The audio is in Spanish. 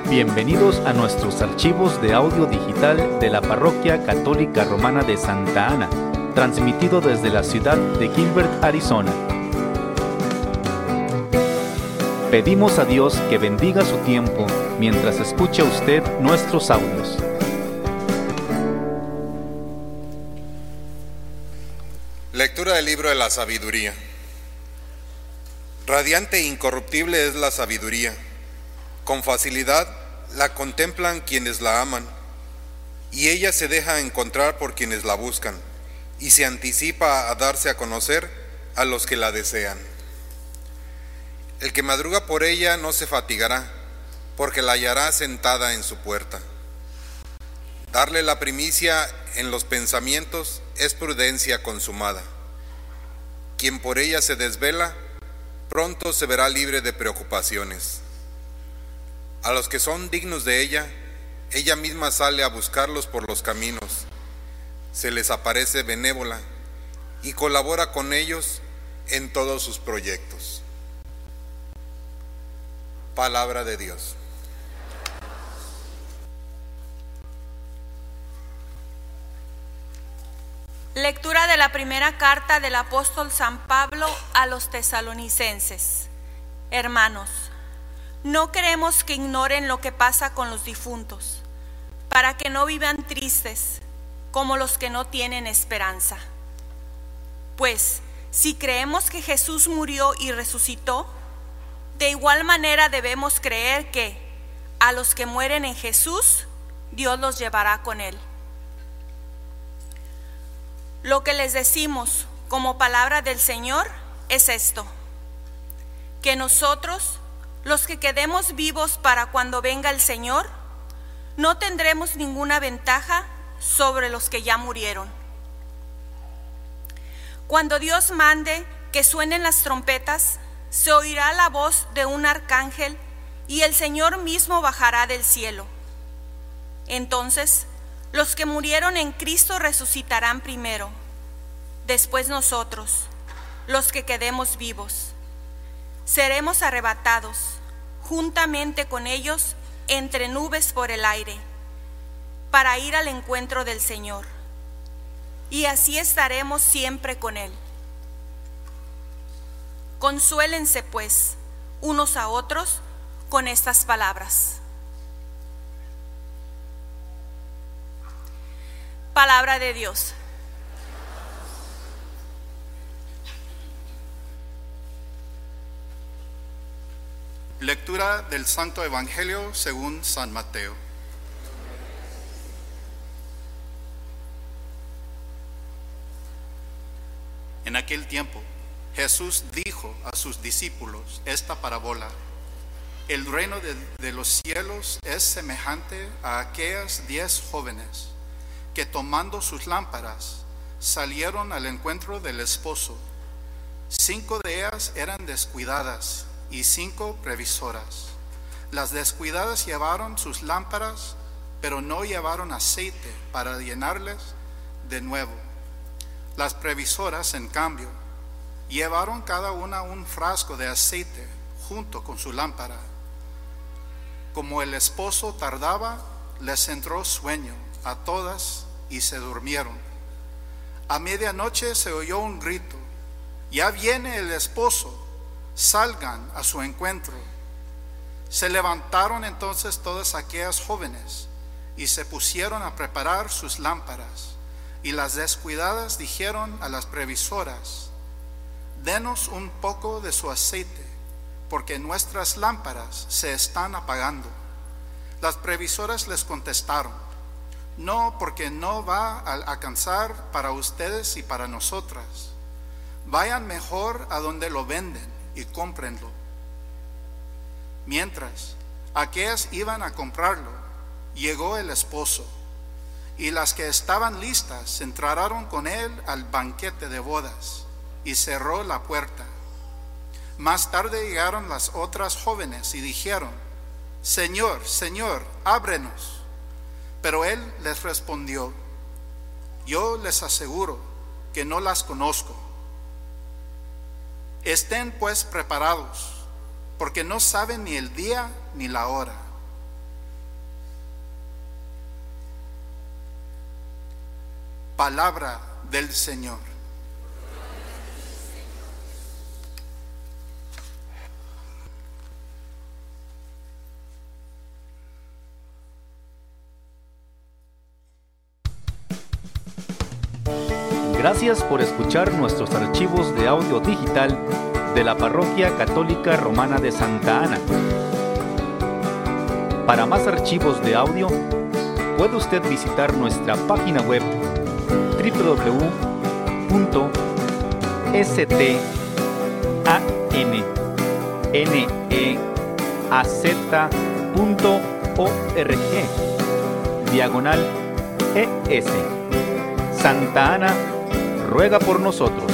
Bienvenidos a nuestros archivos de audio digital de la Parroquia Católica Romana de Santa Ana, transmitido desde la ciudad de Gilbert, Arizona. Pedimos a Dios que bendiga su tiempo mientras escucha usted nuestros audios. Lectura del libro de la sabiduría. Radiante e incorruptible es la sabiduría. Con facilidad la contemplan quienes la aman, y ella se deja encontrar por quienes la buscan, y se anticipa a darse a conocer a los que la desean. El que madruga por ella no se fatigará, porque la hallará sentada en su puerta. Darle la primicia en los pensamientos es prudencia consumada. Quien por ella se desvela, pronto se verá libre de preocupaciones. A los que son dignos de ella, ella misma sale a buscarlos por los caminos, se les aparece benévola y colabora con ellos en todos sus proyectos. Palabra de Dios. Lectura de la primera carta del apóstol San Pablo a los tesalonicenses. Hermanos, no queremos que ignoren lo que pasa con los difuntos, para que no vivan tristes como los que no tienen esperanza. Pues, si creemos que Jesús murió y resucitó, de igual manera debemos creer que a los que mueren en Jesús, Dios los llevará con él. Lo que les decimos como palabra del Señor es esto: que nosotros, los que quedemos vivos para cuando venga el Señor, no tendremos ninguna ventaja sobre los que ya murieron. Cuando Dios mande que suenen las trompetas, se oirá la voz de un arcángel y el Señor mismo bajará del cielo. Entonces, los que murieron en Cristo resucitarán primero. Después nosotros, los que quedemos vivos, seremos arrebatados juntamente con ellos entre nubes por el aire, para ir al encuentro del Señor. Y así estaremos siempre con Él. Consuélense, pues, unos a otros con estas palabras. Palabra de Dios. Lectura del Santo Evangelio según San Mateo. En aquel tiempo, Jesús dijo a sus discípulos esta parábola: el reino de los cielos es semejante a aquellas 10 jóvenes que, tomando sus lámparas, salieron al encuentro del esposo. 5 de ellas eran descuidadas y 5 previsoras. Las descuidadas llevaron sus lámparas, pero no llevaron aceite para llenarles de nuevo. Las previsoras, en cambio, llevaron cada una un frasco de aceite junto con su lámpara. Como el esposo tardaba, les entró sueño a todas y se durmieron. A medianoche se oyó un grito: ya viene el esposo, salgan a su encuentro. Se levantaron entonces todas aquellas jóvenes y se pusieron a preparar sus lámparas. Y las descuidadas dijeron a las previsoras: denos un poco de su aceite, porque nuestras lámparas se están apagando. Las previsoras les contestaron: no, porque no va a alcanzar para ustedes y para nosotras. Vayan mejor a donde lo venden y cómprenlo. Mientras aquellas iban a comprarlo, llegó el esposo, y las que estaban listas entraron con él al banquete de bodas, y cerró la puerta. Más tarde llegaron las otras jóvenes y dijeron: Señor, Señor, ábrenos. Pero él les respondió: yo les aseguro que no las conozco. Estén pues preparados, porque no saben ni el día ni la hora. Palabra del Señor. Gracias por escuchar nuestros archivos de audio digital de la Parroquia Católica Romana de Santa Ana. Para más archivos de audio, puede usted visitar nuestra página web www.stanneaz.org/ES. Santa Ana ruega por nosotros.